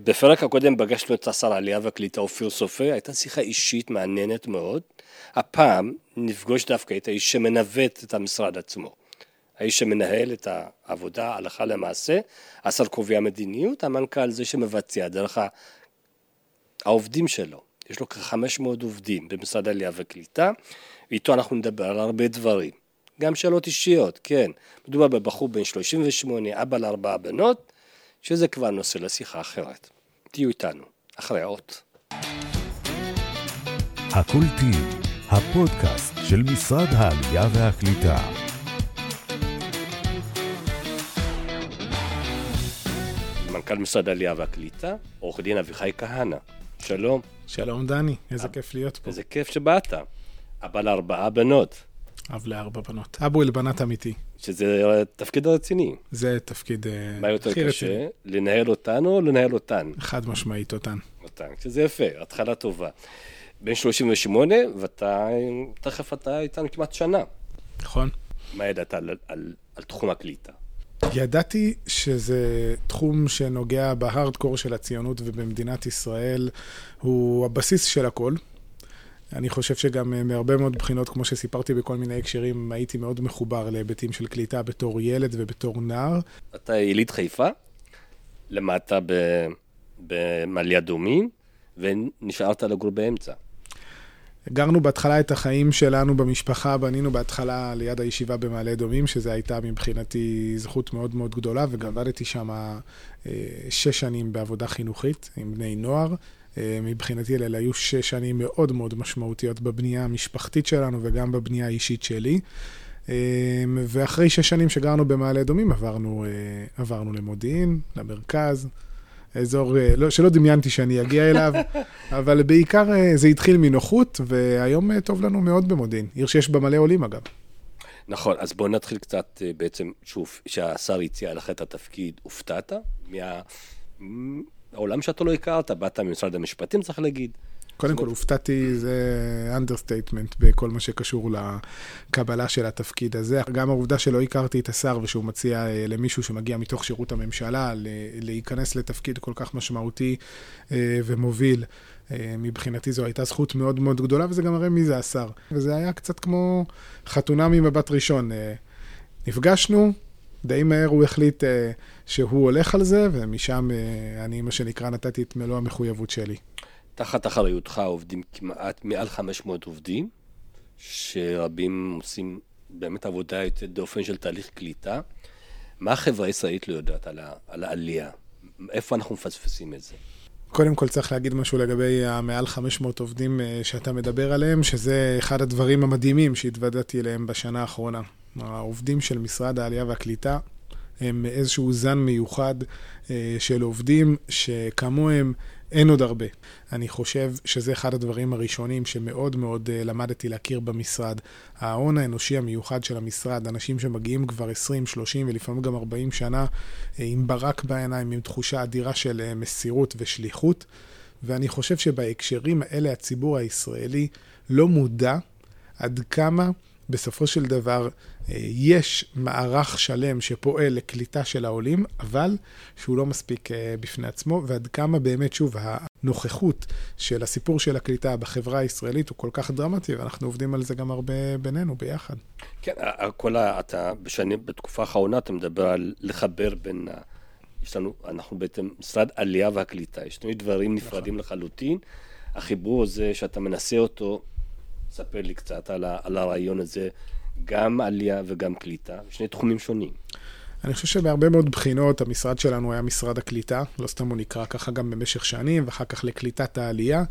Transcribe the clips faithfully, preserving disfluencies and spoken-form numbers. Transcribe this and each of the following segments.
בפרק הקודם פגשנו את שר העלייה והקליטה אופיר סופר, הייתה שיחה אישית מעניינת מאוד. הפעם נפגוש דווקא את האיש שמנווט את המשרד עצמו. האיש שמנהל את העבודה הלכה למעשה, השר קובע מדיניות, המנכ"ל זה שמבצע דרך העובדים שלו. יש לו כ-חמש מאות עובדים במשרד העלייה והקליטה, ואיתו אנחנו נדבר על הרבה דברים. גם שאלות אישיות, כן. מדובר בבחור בן שלושים ושמונה, אבא לארבעה בנות, שזה כבר נושא לשיחה אחרת. תהיו איתנו, אחרי האות. הקולטים, הפודקאסט של משרד העלייה והקליטה. מנכ"ל משרד העלייה והקליטה, עורך דין אביחי כהנא. שלום. שלום דני, איזה כיף להיות פה. איזה כיף שבאת. אבא לארבעה בנות. אב לארבע בנות. אבו אל בנת אמיתי. שזה תפקיד רציני. זה תפקיד מה יותר קשה? לנהל אותנו או לנהל אותן? חד משמעית אותן. אותן, שזה יפה, התחלה טובה. בין שלושים ושמונה, ואתה, תכף אתה איתנו כמעט שנה. נכון. מה ידעת על, על, על תחום הקליטה? ידעתי שזה תחום שנוגע בהארדקור של הציונות ובמדינת ישראל, הוא הבסיס של הכל. אני חושב שגם מהרבה מאוד בחינות, כמו שסיפרתי בכל מיני הקשרים, הייתי מאוד מחובר להיבטים של קליטה בתור ילד ובתור נער. אתה יליד חיפה, למדת במעלה אדומים, ונשארת לגור באמצע. גרנו בהתחלה את החיים שלנו במשפחה, בנינו בהתחלה ליד הישיבה במעלה אדומים, שזה הייתה מבחינתי זכות מאוד מאוד גדולה, וגם עבדתי שם שש שנים בעבודה חינוכית עם בני נוער. מבחינתי אלה היו שש שנים מאוד מאוד משמעותיות בבנייה המשפחתית שלנו וגם בבנייה האישית שלי. ואחרי שש שנים שגרנו במעלה אדומים עברנו, עברנו למודיעין, למרכז, אזור לא, שלא דמיינתי שאני אגיע אליו, אבל בעיקר זה התחיל מנוחות, והיום טוב לנו מאוד במודיעין. עיר שיש בה מלא עולים אגב. נכון, אז בואו נתחיל קצת בעצם, שוב, שהשר הציע לך את התפקיד, הופתעת מה... העולם שאתה לא הכרת, באת ממשרד המשפטים, צריך להגיד. קודם כל, הופתעתי, זה understatement בכל מה שקשור לקבלה של התפקיד הזה. גם העובדה שלא הכרתי את השר ושהוא מציע למישהו שמגיע מתוך שירות הממשלה, להיכנס לתפקיד כל כך משמעותי ומוביל. מבחינתי זו הייתה זכות מאוד מאוד גדולה, וזה גם הרי מי זה השר. וזה היה קצת כמו חתונה ממבט ראשון. נפגשנו, די מהר הוא החליט שהוא הולך על זה, ומשם אני, מה שנקרא, נתתי את מלוא המחויבות שלי. תחת אחריותך עובדים כמעט מעל חמש מאות עובדים, שרבים עושים באמת עבודה יותר דופן של תהליך קליטה. מה החברה הישראלית לא יודעת על, ה, על העלייה? איפה אנחנו מפספסים את זה? קודם כל צריך להגיד משהו לגבי המעל חמש מאות עובדים שאתה מדבר עליהם, שזה אחד הדברים המדהימים שהתוודעתי אליהם בשנה האחרונה. העובדים של משרד העלייה והקליטה הם איזשהו זן מיוחד של עובדים שכמוהם אין עוד הרבה. אני חושב שזה אחד הדברים הראשונים שמאוד מאוד למדתי להכיר במשרד. ההון האנושי המיוחד של המשרד, אנשים שמגיעים כבר עשרים, שלושים ולפעמים גם ארבעים שנה עם ברק בעיניים, עם תחושה אדירה של מסירות ושליחות. ואני חושב שבהקשרים האלה הציבור הישראלי לא מודע עד כמה בסופו של דבר יש מערך שלם שפועל לקליטה של העולים, אבל שהוא לא מספיק בפני עצמו, ועד כמה באמת, שוב, הנוכחות של הסיפור של הקליטה בחברה הישראלית הוא כל כך דרמטי, ואנחנו עובדים על זה גם הרבה בינינו, ביחד. כן, כל ה... אתה בשנים, בתקופה האחרונה, אתה מדבר על לחבר בין... יש לנו, אנחנו בעצם משרד עלייה והקליטה, יש לנו דברים נפרדים לחלוטין, החיבור הזה שאתה מנסה אותו, ספר לי קצת על, ה, על הרעיון הזה, גם עלייה וגם קליטה, שני תחומים שונים. אני חושב שבהרבה מאוד בחינות המשרד שלנו היה משרד הקליטה, לא סתם הוא נקרא ככה גם במשך שנים, ואחר כך לקליטת העלייה,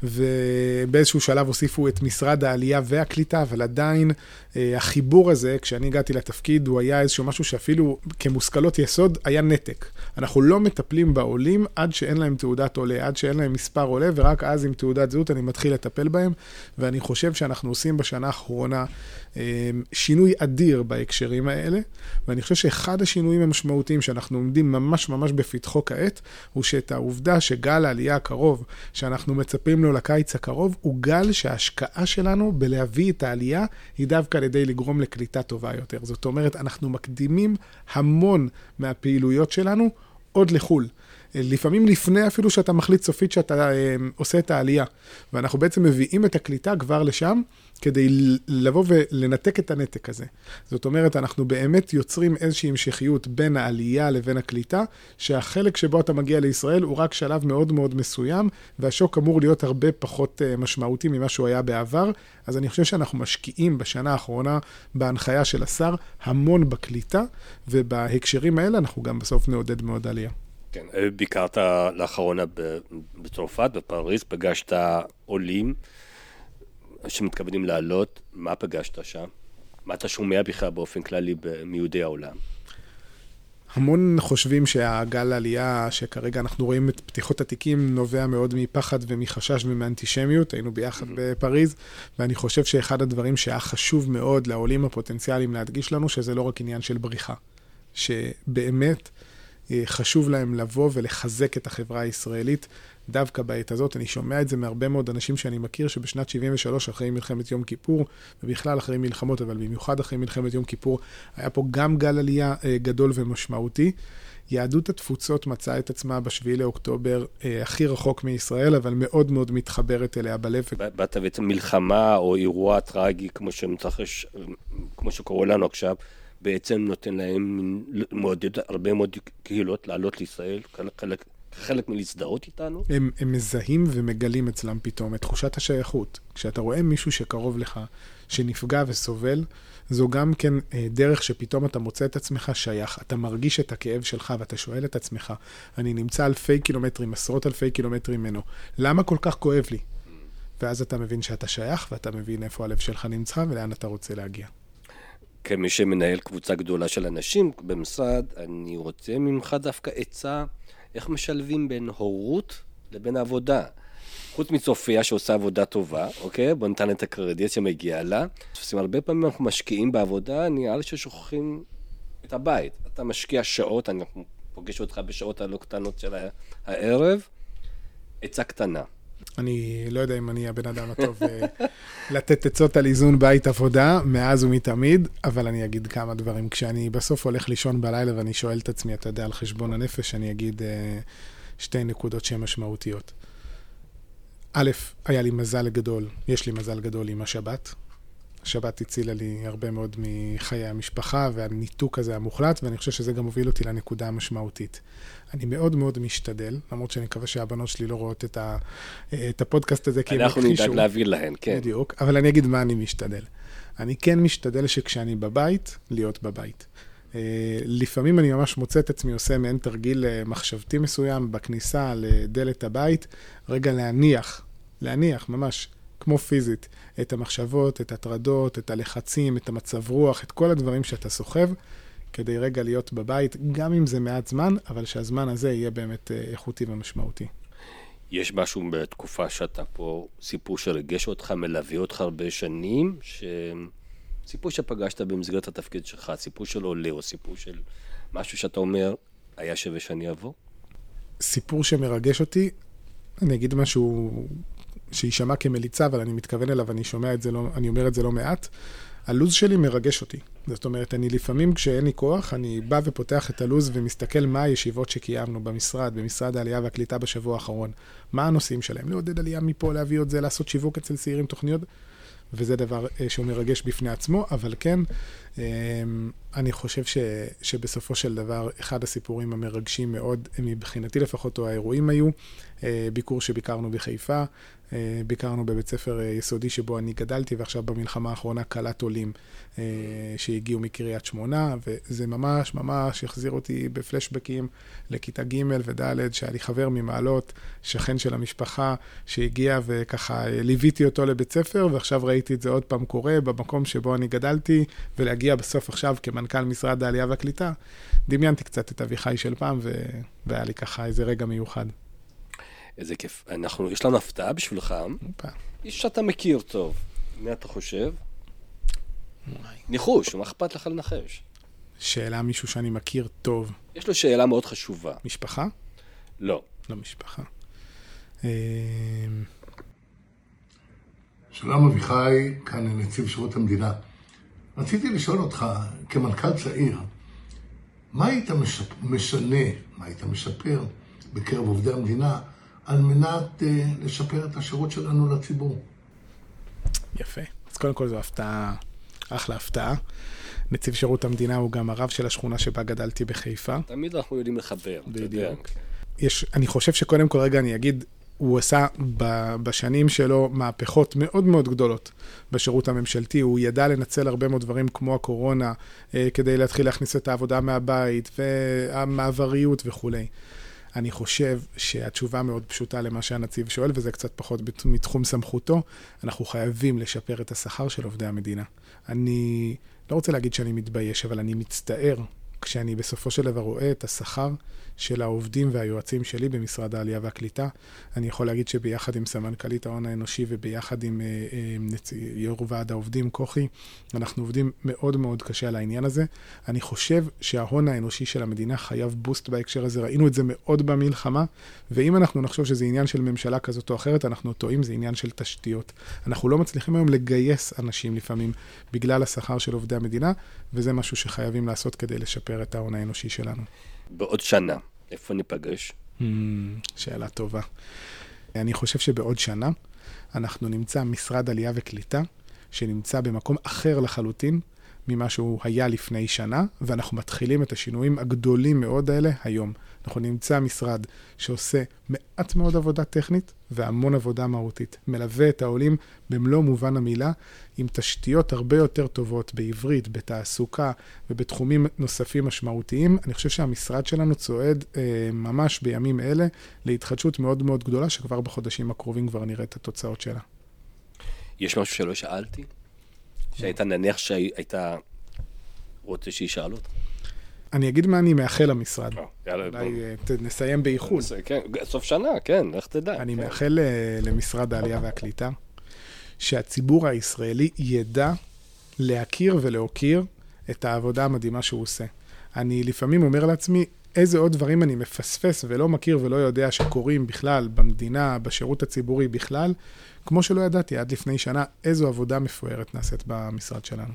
ובאיזשהו שלב הוסיפו את משרד העלייה והקליטה, אבל עדיין אה, החיבור הזה, כשאני הגעתי לתפקיד, הוא היה איזשהו משהו שאפילו כמושכלות יסוד היה נתק. אנחנו לא מטפלים בעולים עד שאין להם תעודת עולה, עד שאין להם מספר עולה, ורק אז עם תעודת זהות אני מתחיל לטפל בהם, ואני חושב שאנחנו עושים בשנה האחרונה אה, שינוי אדיר בהקשרים האלה, ואני חושב שאחד השינויים המשמעותיים שאנחנו עומדים ממש ממש בפתחו כעת, הוא שאת העובדה שגל העלייה הקרוב, שאנחנו מצפים לו לקיץ הקרוב, הוא גל שההשקעה שלנו בלהביא את העלייה, היא דווקא לידי לגרום לקליטה טובה יותר. זאת אומרת, אנחנו מקדימים המון מהפעילויות שלנו עוד לחול. לפעמים לפני אפילו שאתה מחליט סופית שאתה עושה את העלייה. ואנחנו בעצם מביאים את הקליטה כבר לשם, כדי לבוא ולנתק את הנתק הזה. זאת אומרת, אנחנו באמת יוצרים איזושהי המשכיות בין העלייה לבין הקליטה, שהחלק שבו אתה מגיע לישראל הוא רק שלב מאוד מאוד מסוים, והשוק אמור להיות הרבה פחות משמעותי ממה שהוא היה בעבר. אז אני חושב שאנחנו משקיעים בשנה האחרונה בהנחיה של השר המון בקליטה, ובהקשרים האלה אנחנו גם בסוף נעודד מאוד עלייה. כן, ביקרת לאחרונה בצרפת, בפריז, פגשת עולים, שמתכוונים לעלות, מה פגשת שם? מה אתה שומע בכלל באופן כללי מיהודי העולם? המון חושבים שהגל העלייה שכרגע אנחנו רואים את פתיחות התיקים נובע מאוד מפחד ומחשש ומאנטישמיות, היינו ביחד בפריז, ואני חושב שאחד הדברים שהיה חשוב מאוד לעולים הפוטנציאליים להדגיש לנו, שזה לא רק עניין של בריחה, שבאמת חשוב להם לבוא ולחזק את החברה הישראלית, דווקא בעת הזאת. אני שומע את זה מהרבה מאוד אנשים שאני מכיר, שבשנת שבעים ושלוש, אחרי מלחמת יום כיפור, ובכלל אחרי מלחמות, אבל במיוחד אחרי מלחמת יום כיפור, היה פה גם גל עלייה גדול ומשמעותי. יהדות התפוצות מצאה את עצמה בשביעי לאוקטובר, הכי רחוק מישראל, אבל מאוד מאוד מתחברת אליה בלב. באת בעצם מלחמה או אירוע טרגי, כמו שמתרחש, כמו שקורה לנו עכשיו, בעצם נותן להם מעודד הרבה מאוד קהילות לעלות לישראל, חלק, חלק מלהזדהות איתנו. הם, הם מזהים ומגלים אצלם פתאום את תחושת השייכות. כשאתה רואה מישהו שקרוב לך, שנפגע וסובל, זו גם כן דרך שפתאום אתה מוצא את עצמך שייך. אתה מרגיש את הכאב שלך ואתה שואל את עצמך, אני נמצא אלפי קילומטרים, עשרות אלפי קילומטרים ממנו. למה כל כך כואב לי? ואז אתה מבין שאתה שייך ואתה מבין איפה הלב שלך נמצא ולאן אתה רוצה להגיע. כמי שמנהל קבוצה גדולה של אנשים במשרד, אני רוצה ממך דווקא עצה, איך משלבים בין הורות לבין עבודה. חוץ מצופיה שעושה עבודה טובה, אוקיי? בוא נתן את הקרדיט שמגיע לה. הרבה פעמים אנחנו משקיעים בעבודה, נראה לי ששוכחים את הבית. אתה משקיע שעות, אני פוגש אותך בשעות הלא קטנות של הערב, עצה קטנה. אני לא יודע אם אני הבן אדם הטוב לתת עצות על איזון בית עבודה, מאז ומתמיד, אבל אני אגיד כמה דברים. כשאני בסוף הולך לישון בלילה ואני שואל את עצמי, אתה יודע, על חשבון הנפש, אני אגיד שתי נקודות שהן משמעותיות. א', היה לי מזל גדול, יש לי מזל גדול עם השבת. השבת הצילה לי הרבה מאוד מחיי המשפחה, והניתוק הזה המוחלט, ואני חושב שזה גם הוביל אותי לנקודה המשמעותית. אני מאוד מאוד משתדל, למרות שאני מקווה שהבנות שלי לא רואות את, ה, את הפודקאסט הזה, אנחנו נדאג להעביר להן, כן. בדיוק, אבל אני אגיד מה אני משתדל. אני כן משתדל שכשאני בבית, להיות בבית. לפעמים אני ממש מוצא את עצמי, עושה מעין תרגיל מחשבתי מסוים, בכניסה לדלת הבית, רגע להניח, להניח ממש, כמו פיזית, את המחשבות, את הטרדות, את הלחצים, את המצב רוח, את כל הדברים שאתה סוחב, כדי רגע להיות בבית, גם אם זה מעט זמן, אבל שהזמן הזה יהיה באמת איכותי ומשמעותי. יש משהו בתקופה שאתה פה, סיפור שרגש אותך, מלווה אותך הרבה שנים, ש... סיפור שפגשת במסגרת התפקיד שלך, סיפור של עולה, או סיפור של משהו שאתה אומר, היה שווה שאני אבוא? סיפור שמרגש אותי, אני אגיד משהו שישמע כמליצה, אבל אני מתכוון אליו, אני שומע את זה לא, אני אומר את זה לא מעט. הלוז שלי מרגש אותי. זאת אומרת, אני לפעמים כשאין לי כוח, אני בא ופותח את הלוז ומסתכל מה הישיבות שקיימנו במשרד, במשרד העלייה והקליטה בשבוע האחרון. מה הנושאים שלהם? לעודד עלייה מפה, להביא את זה, לעשות שיווק אצל צעירים, תוכניות, וזה דבר שהוא מרגש בפני עצמו, אבל כן, אני חושב ש, שבסופו של דבר, אחד הסיפורים המרגשים מאוד, מבחינתי לפחות, או האירועים היו, ביקור שביקרנו בחיפה, ביקרנו בבית ספר יסודי שבו אני גדלתי, ועכשיו במלחמה האחרונה קלט עולים שהגיעו מקריית שמונה, וזה ממש ממש החזיר אותי בפלשבקים לכיתה ג' וד', שהיה לי חבר ממעלות, שכן של המשפחה, שהגיע וככה ליוויתי אותו לבית ספר, ועכשיו ראיתי את זה עוד פעם קורה במקום שבו אני גדלתי, ולהגיע בסוף עכשיו כמנכ"ל משרד העלייה והקליטה, דמיינתי קצת את אביחי של פעם, והיה לי ככה איזה רגע מיוחד. איזה כיף. אנחנו, יש לנו הפתעה בשבילך. איש שאתה מכיר טוב. מה אתה חושב? ניחוש, מה אכפת לך לנחש? שאלה מישהו שאני מכיר טוב. יש לו שאלה מאוד חשובה. משפחה? לא. לא משפחה. שלום אביחי, כאן נציב שירות המדינה. רציתי לשאול אותך, כמנכ"ל צעיר, מה היית משנה, מה היית משפר בקרב עובדי המדינה, על מנת אה, לשפר את השירות שלנו לציבור. יפה. אז קודם כל זו הפתעה, אחלה הפתעה. נציב שירות המדינה הוא גם הרב של השכונה שבה גדלתי בחיפה. תמיד אנחנו יודעים לחבר. בדיוק. יש, אני חושב שקודם כל רגע אני אגיד, הוא עשה בשנים שלו מהפכות מאוד מאוד גדולות בשירות הממשלתי. הוא ידע לנצל הרבה מאוד דברים כמו הקורונה, כדי להתחיל להכניס את העבודה מהבית והמעבריות וכו'. אני חושב שהתשובה מאוד פשוטה למה שהנציב שואל, וזה קצת פחות מתחום סמכותו. אנחנו חייבים לשפר את השכר של עובדי המדינה. אני לא רוצה להגיד שאני מתבייש, אבל אני מצטער כשאני בסופו של דבר רואה את השכר של העובדים והיועצים שלי במשרד העלייה והקליטה. אני יכול להגיד שביחד עם סמנכ"לית ההון האנושי וביחד עם יו"ר ועד העובדים, כוחי, אנחנו עובדים מאוד מאוד קשה על העניין הזה. אני חושב שההון האנושי של המדינה חייב בוסט בהקשר הזה. ראינו את זה מאוד במלחמה, ואם אנחנו נחשוב שזה עניין של ממשלה כזאת או אחרת, אנחנו טועים, זה עניין של תשתיות. אנחנו לא מצליחים היום לגייס אנשים לפעמים בגלל השכר של עובדי המדינה, וזה משהו שחייבים לעשות כדי לשפר את ההון האנושי שלנו. בעוד שנה, איפה ניפגש? Hmm, שאלה טובה. אני חושב שבעוד שנה אנחנו נמצא משרד עלייה וקליטה, שנמצא במקום אחר לחלוטין ממה שהוא היה לפני שנה, ואנחנו מתחילים את השינויים הגדולים מאוד האלה היום. אנחנו נמצא משרד שעושה מעט מאוד עבודה טכנית והמון עבודה מהותית. מלווה את העולים במלוא מובן המילה, עם תשתיות הרבה יותר טובות בעברית, בתעסוקה ובתחומים נוספים משמעותיים. אני חושב שהמשרד שלנו צועד אה, ממש בימים אלה להתחדשות מאוד מאוד גדולה, שכבר בחודשים הקרובים כבר נראה את התוצאות שלה. יש משהו שלא שאלתי? שהייתה נניח שהייתה רוצה שישאל אותך? אני אגיד מה אני מאחל למשרד. יאללה, אולי נסיים באיחוד. כן, סוף שנה, כן, איך תדע. אני מאחל למשרד העלייה והקליטה, שהציבור הישראלי ידע להכיר ולהוקיר את העבודה המדהימה שהוא עושה. אני לפעמים אומר לעצמי, איזה עוד דברים אני מפספס ולא מכיר ולא יודע שקורים בכלל במדינה, בשירות הציבורי בכלל, כמו שלא ידעתי עד לפני שנה, איזו עבודה מפוארת נעשית במשרד שלנו.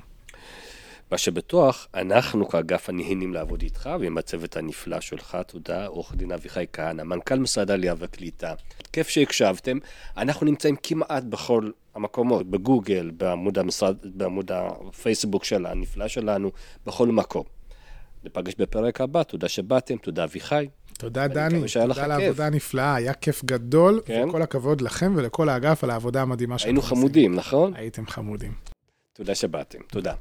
מה שבטוח, אנחנו כאגף הנהנים לעבוד איתך, ועם הצוות הנפלא שלך, תודה, עורך דין אביחי כהנא, מנכ"ל משרד העלייה והקליטה. כיף שהקשבתם, אנחנו נמצאים כמעט בכל המקומות, בגוגל, בעמוד המשרד, בעמוד הפייסבוק של הנפלא שלנו, בכל מקום. נפגש בפרק הבא, תודה שבאתם, תודה אביחי. תודה דני, תודה על העבודה הנפלאה, היה כיף גדול, וכל הכבוד לכם ולכל האגף על העבודה המדהימה שאתם היינו חמודים, נכון? הייתם חמודים. תודה שבאתם, תודה.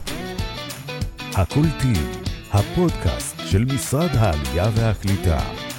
הקולטים, הפודקאסט של משרד העלייה והקליטה.